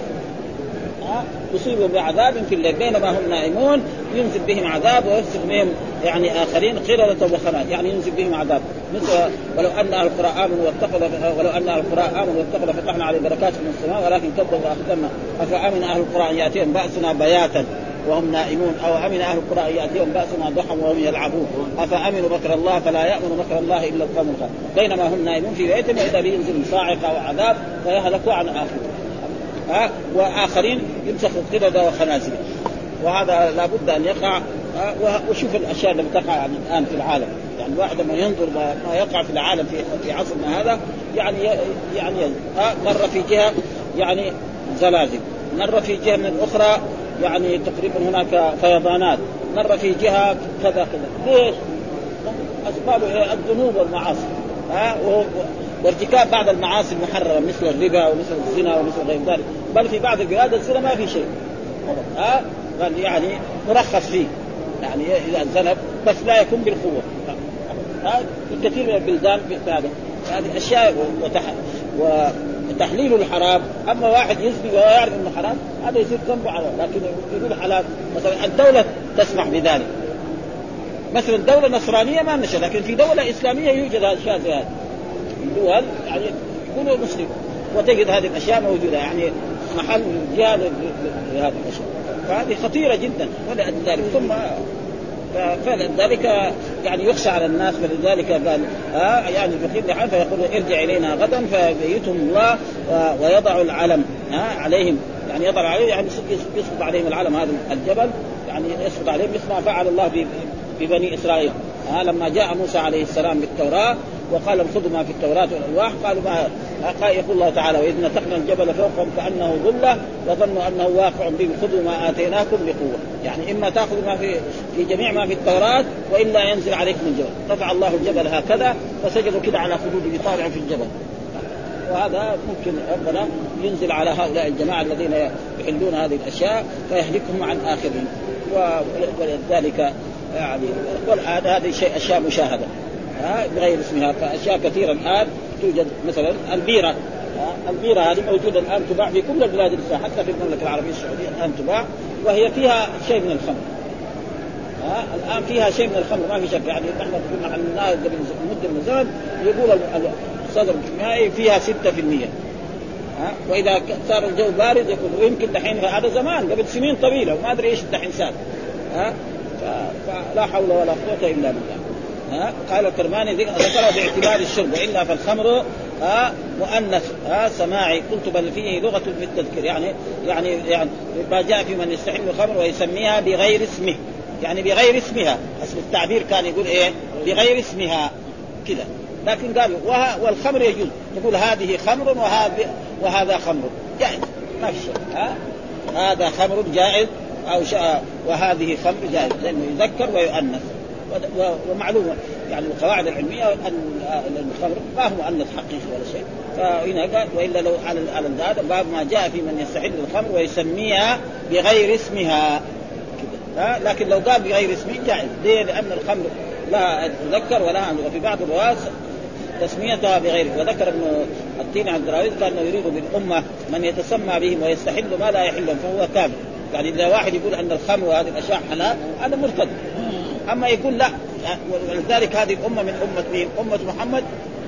يصيبهم بعذاب في الليل بينما هم نائمون، ينزل بهم عذاب ويفسق بهم يعني آخرين قردة وخنازير، يعني ينزل بهم عذاب مثل ولو أن أهل القرى آمنوا واتقوا ولو أن أهل القرى آمنوا واتقوا لفتحنا عليهم بركات من السماء ولكن كذبوا وأخذنا. أفأمن أهل القرى أن يأتيهم بأسنا بياتا وهم نائمون أو أمن أهل القرى أن يأتيهم بأسنا ضحى وهم يلعبون أفأمنوا مكر الله فلا يأمن مكر الله إلا القوم الخاسرون. بينما هم نائمون في بيتهم وإذا بينزل صاعقة وعذاب فيهلكوا عن آخرين، ها وآخرين يمسخوا قردة وخنازير. وهذا لابد أن يقع. وشوف الأشياء اللي تقع الآن في العالم، يعني واحد ما ينظر ما يقع في العالم في في عصرنا هذا يعني يعني مرة في جهة يعني زلازل، مرة في جهة من الأخرى يعني تقريبا هناك فيضانات، مرة في جهة كذا كذا. ليش؟ أسبابه الذنوب والمعاصي، ها وارتكاب بعض المعاصي المحرمة مثل الربا ومثل الزنا ومثل غير ذلك. بل في بعض البلاد الزنا ما في شيء، ها يعني مرخص فيه، يعني إذا زنب بس لا يكون بالقوة. ها كثير من البلدان بهذا هذه أشياء وتح... وتحليل الحرام. أما واحد يزني وهو يعرف إنه حرام هذا يصير ذنبه على، لكن يقول حلال. مثلا الدولة تسمح بذلك، مثلا دولة نصرانية ما نشأ، لكن في دولة إسلامية يوجد أشياء زي هذه. الدول يعني يكونوا مسلم وتجد هذه الأشياء موجودة، يعني محل جهاد لهذه الأشياء، فهذه خطيرة جدا. ولذلك ثم فلذلك يعني يخشى على الناس، ولذلك قال آه يعني الفقير لحال فيقول ارجع إلينا غدا فيبيتهم الله ويضع العلم آه عليهم، يعني يضع عليهم يعني يسقط عليهم العلم هذا الجبل، يعني يسقط عليهم مثل ما فعل الله ببني إسرائيل آه لما جاء موسى عليه السلام بالتوراة وقال خذوا ما في التوراة والألواح قالوا ما قال يقول الله تعالى وإذ نتقنا الجبل فوقهم كأنه ظلة وظنوا أنه واقع بهم خذوا ما آتيناكم بقوة. يعني إما تأخذوا ما في في جميع ما في التوراة وإلا ينزل عليكم الجبل. رفع الله الجبل هكذا فسجدوا كده على خدود يطالعوا في الجبل. وهذا ممكن ربنا ينزل على هؤلاء الجماعة الذين يحلون هذه الأشياء فيهلكهم عن آخرين. ولذلك يعني والآن هذه شيء أشياء مشاهدة بغير اسمها. فأشياء كثيرة الآن توجد، مثلا البيرة البيرة هذه موجودة الآن تباع في كل البلاد الإسلامية حتى في المملكة العربية السعودية الآن تباع، وهي فيها شيء من الخمر. ها الآن فيها شيء من الخمر ما في شك. يعني نحن كنا عندنا قبل مدة من الزمن يقول الصدر الكيميائي فيها ستة في المية. ها وإذا صار الجو بارد يكون، ويمكن دحين هذا زمان قبل سنين طويلة وما أدري إيش دحين صار. ها فلا حول ولا قوة إلا بالله. ها قال الكرماني ذكر باعتبار الشرب وإلا فالخمر ها مؤنث ها سماعي قلت بل فيه لغة بالتذكير، يعني يعني يعني ما جاء في من يستحل الخمر ويسميها بغير اسمه، يعني بغير اسمها. اسم التعبير كان يقول ايه بغير اسمها كذا، لكن قالوا والخمر يجوز تقول هذه خمر وهذا وهذا خمر جائز ما في شيء. ها هذا خمر جائز أو شاء وهذه خمر جائز، لأنه يذكر ويؤنث. ومعلومة يعني القواعد العلمية أن الخمر ما هو مؤنث حقيقي ولا شيء. فهنا قال وإلا لو على على هذا باب ما جاء في من يستحل الخمر ويسميها بغير اسمها كده. لكن لو قال بغير اسمه جائز، ليه؟ لأن الخمر لا تذكر ولا أنه في بعض الروايات تسميتها بغيره. وذكر ابن التين عبد الراوي كأنه يريد بالأمة من يتسمى بهم ويستحل ما لا يحل فهو كافر. يعني إذا واحد يقول أن الخمر وهذه الأشياء حلال هذا مرتد. أما يقول لا، ولذلك هذه الأمة من أمة مين؟ أمة محمد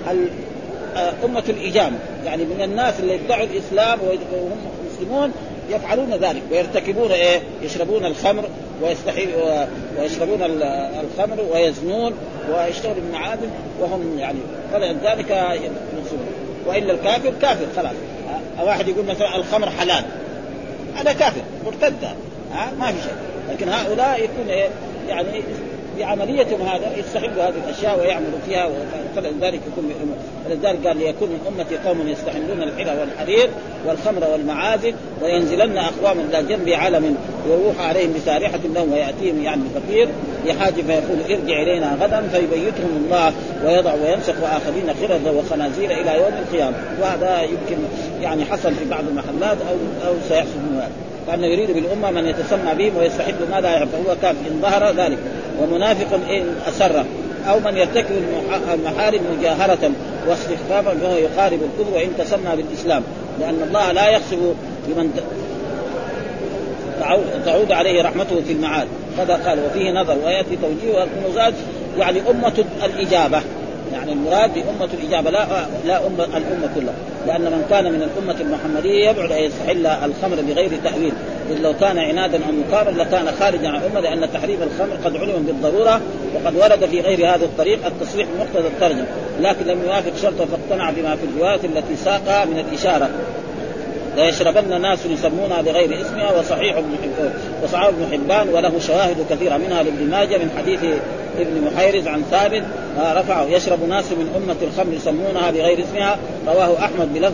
أمة الإجامة، يعني من الناس اللي يدعوا الإسلام وهم مسلمون يفعلون ذلك ويرتكبون إيه؟ يشربون الخمر ويستحيل ويشربون الخمر ويزنون ويشتغلوا بالمعادن وهم يعني فلذلك ينصرون. وإلا الكافر كافر خلاص. واحد يقول مثلا الخمر حلال هذا كافر مرتد، ها ما في شيء. لكن هؤلاء يكون إيه؟ يعني بعمليتهم هذا يستحلوا هذه الأشياء ويعملوا فيها، فلذلك يكون فلذلك قال ليكون من أمتي قوم يستحلون الحلى والحرير والخمر والمعازف وينزلن أقوام إلى جنب علم يروح عليهم بسارحة لهم ويأتيهم يعني فقير لحاجة فيقول ارجع إلينا غدا فيبيتهم الله ويضع وينسخ آخرين خرزا وخنازير إلى يوم القيامة. وهذا يمكن يعني حصل في بعض المحلات أو أو سيحصل من هذا، فأنه يريد بالأمة من يتسمى بهم ويستحب ما لا يعرف، فهو كان إن ظهر ذلك، ومنافق إن أسر، أو من يرتكب المحارم مجاهرة واستخفافا فهو يقارب الكفر وإن تسمى بالإسلام، لأن الله لا يخسف لمن تعود عليه رحمته في المعاد. هذا قال وفيه نظر ويأتي توجيه المزاد يعني أمة الإجابة، يعني المراد بأمة الإجابة لا لا أمة الأمة كلها، لأن من كان من الأمة المحمدية يبعد أن يستحل الخمر بغير تأويل، إذ لو كان عنادا أو مكارا لكان خارجا عن الأمة، لأن تحريم الخمر قد علم بالضرورة، وقد ورد في غير هذا الطريق التصريح بمقتضى الترجمة، لكن لم يوافق شرطه فاقتنع بما في الروايات التي ساقها من الإشارة لا يشربن ناس يسمونها بغير اسمها. وصحيح وصحيح ابن حبان وله شواهد كثيرة منها لابن ماجه من حديث ابن محيرز عن ثابت رفعه يشرب ناس من أمة الخمر يسمونها بغير اسمها، رواه أحمد بلفظ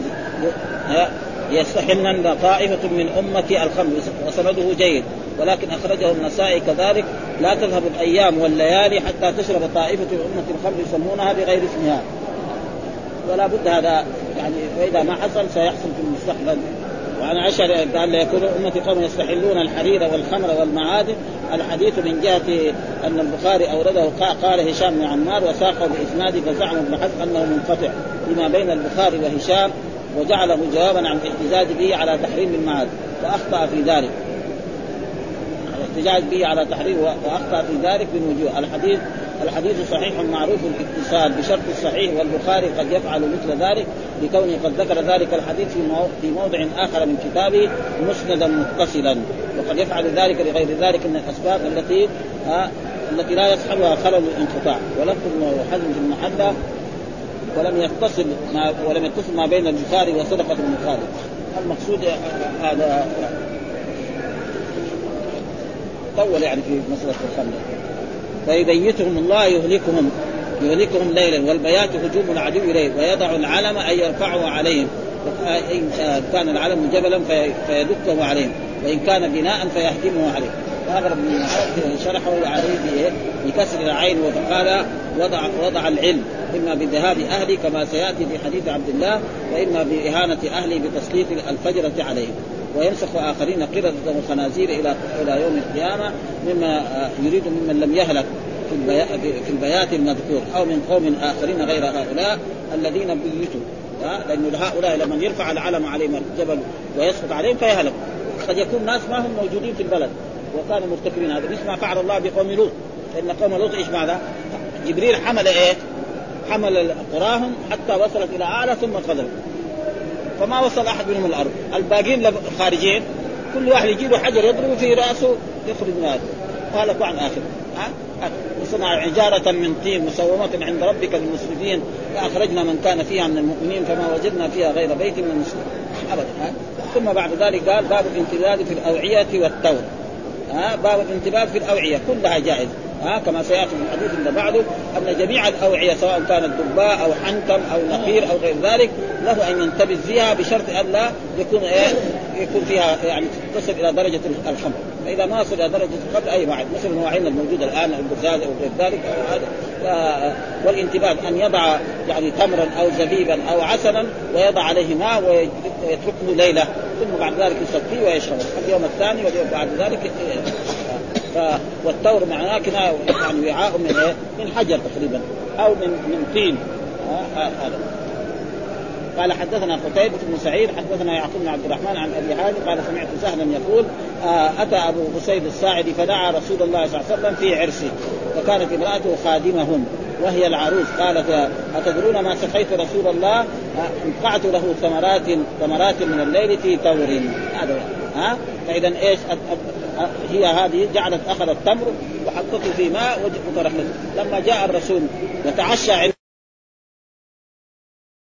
يستحلن طائفة من أمة الخمر وسنده جيد، ولكن أخرجه النسائي كذلك لا تذهب الأيام والليالي حتى تشرب طائفة من أمة الخمر يسمونها بغير اسمها، ولا بد هذا يعني، وإذا ما حصل سيحصل في المستقبل. وعن عشر قال ليكون أمة قوم يستحلون الحرير والخمر والمعادن. الحديث من جهة أن البخاري أورده قال هشام بن عمار وساقه بإسناده، فزعم ابن حزم أنه منقطع لما بين البخاري وهشام وجعله جوابا عن الاحتجاج به على تحريم المعادن فأخطأ في ذلك، الاحتجاج به على تحريم وأخطأ في ذلك من وجوه. الحديث الحديث صحيح معروف الاتصال بشرط الصحيح، والبخاري قد يفعل مثل ذلك لكونه قد ذكر ذلك الحديث في موضع آخر من كتابه مسندا متصلا، وقد يفعل ذلك لغير ذلك من الأسباب التي آه التي لا يصحبها خلل الانقطاع. ولكن حزم في المحلة ولم يتصل ما ولم يتصل ما بين البخاري وصدقة المخالف. المقصود هذا طول يعني في مسألة الخمر. فيبيتهم الله يهلكهم يهلكهم ليلا، والبيات هجوم العدو إليه، ويضع العلم أن يرفعه عليهم، إن كان العلم جبلا فيدكه عليهم، وإن كان بناء فيهدمه عليه. وأغرب من شرحه عليه بكسر العين وفقال وضع, وضع العلم إما بذهاب أهلي كما سيأتي في حديث عبد الله، وإما بإهانة أهلي بتسليط الفجرة عليهم، وينسخ آخرين قردة وخنازير إلى إلى يوم القيامة، مما يريد ممن لم يهلك في البيات المذكور، أو من قوم آخرين غير هؤلاء الذين بيتوا، لأن هؤلاء لمن يرفع العلم عليهم الجبل ويسقط عليهم فيهلك. قد يكون ناس ما هم موجودين في البلد وكانوا مرتكبين هذا، مثل ما فعل الله بقوم لوط، لأن قوم لوط إيش ماذا؟ جبريل حمل إيه؟ حمل قراهم حتى وصلت إلى أعلى ثم قذف، فما وصل أحد منهم الأرض، الباقين خارجين كل واحد يجيله حجر يضرب في رأسه يخرج من هذا، وهلكوا عن آخر. وصنع عجارة من طين مسومة عند ربك للمسرفين، فأخرجنا من كان فيها من المؤمنين فما وجدنا فيها غير بيت من المسلمين أبدا. ثم بعد ذلك قال باب الانتباه في الأوعية والتور. باب الانتباه في الأوعية كلها جائز، ها كما سيأتي في الحديث اللي بعده أن جميع الأوعية سواء كانت دباء أو حنكم أو نقير أو غير ذلك له أن ينتبه فيها بشرط أن لا يكون إيه يكون فيها يعني تصل إلى درجة الخمر، فإذا ما وصل إلى درجة الخمر أي واحد مثل المواعين الموجودة الآن البزاز أو غير ذلك والانتباه أن يضع يعني تمرا أو زبيبا أو عسلا ويضع عليه ماء ويتركه ليلة، ثم بعد ذلك يصفيه ويشربه اليوم الثاني واليوم بعد ذلك. والتور معناه كنا يعني وعاء من إيه؟ من حجر تقريبا أو من من طين. هذا قال حدثنا قتيبة بن سعيد حدثنا يعقوب بن عبد الرحمن عن أبي حازم قال سمعت سهلا يقول أتى أبو بسيد الساعدي فدعا رسول الله صلى الله عليه وسلم في عرسه، وكانت امرأته خادمهم وهي العروس، قالت أتدرون ما سقيت رسول الله؟ انقعت له ثمرات ثمرات من الليل في تور. هذا ها فإذا إيش هي هذه جعلت أخذ التمر وحطته في ماء وتركته. لما جاء الرسول وتعشى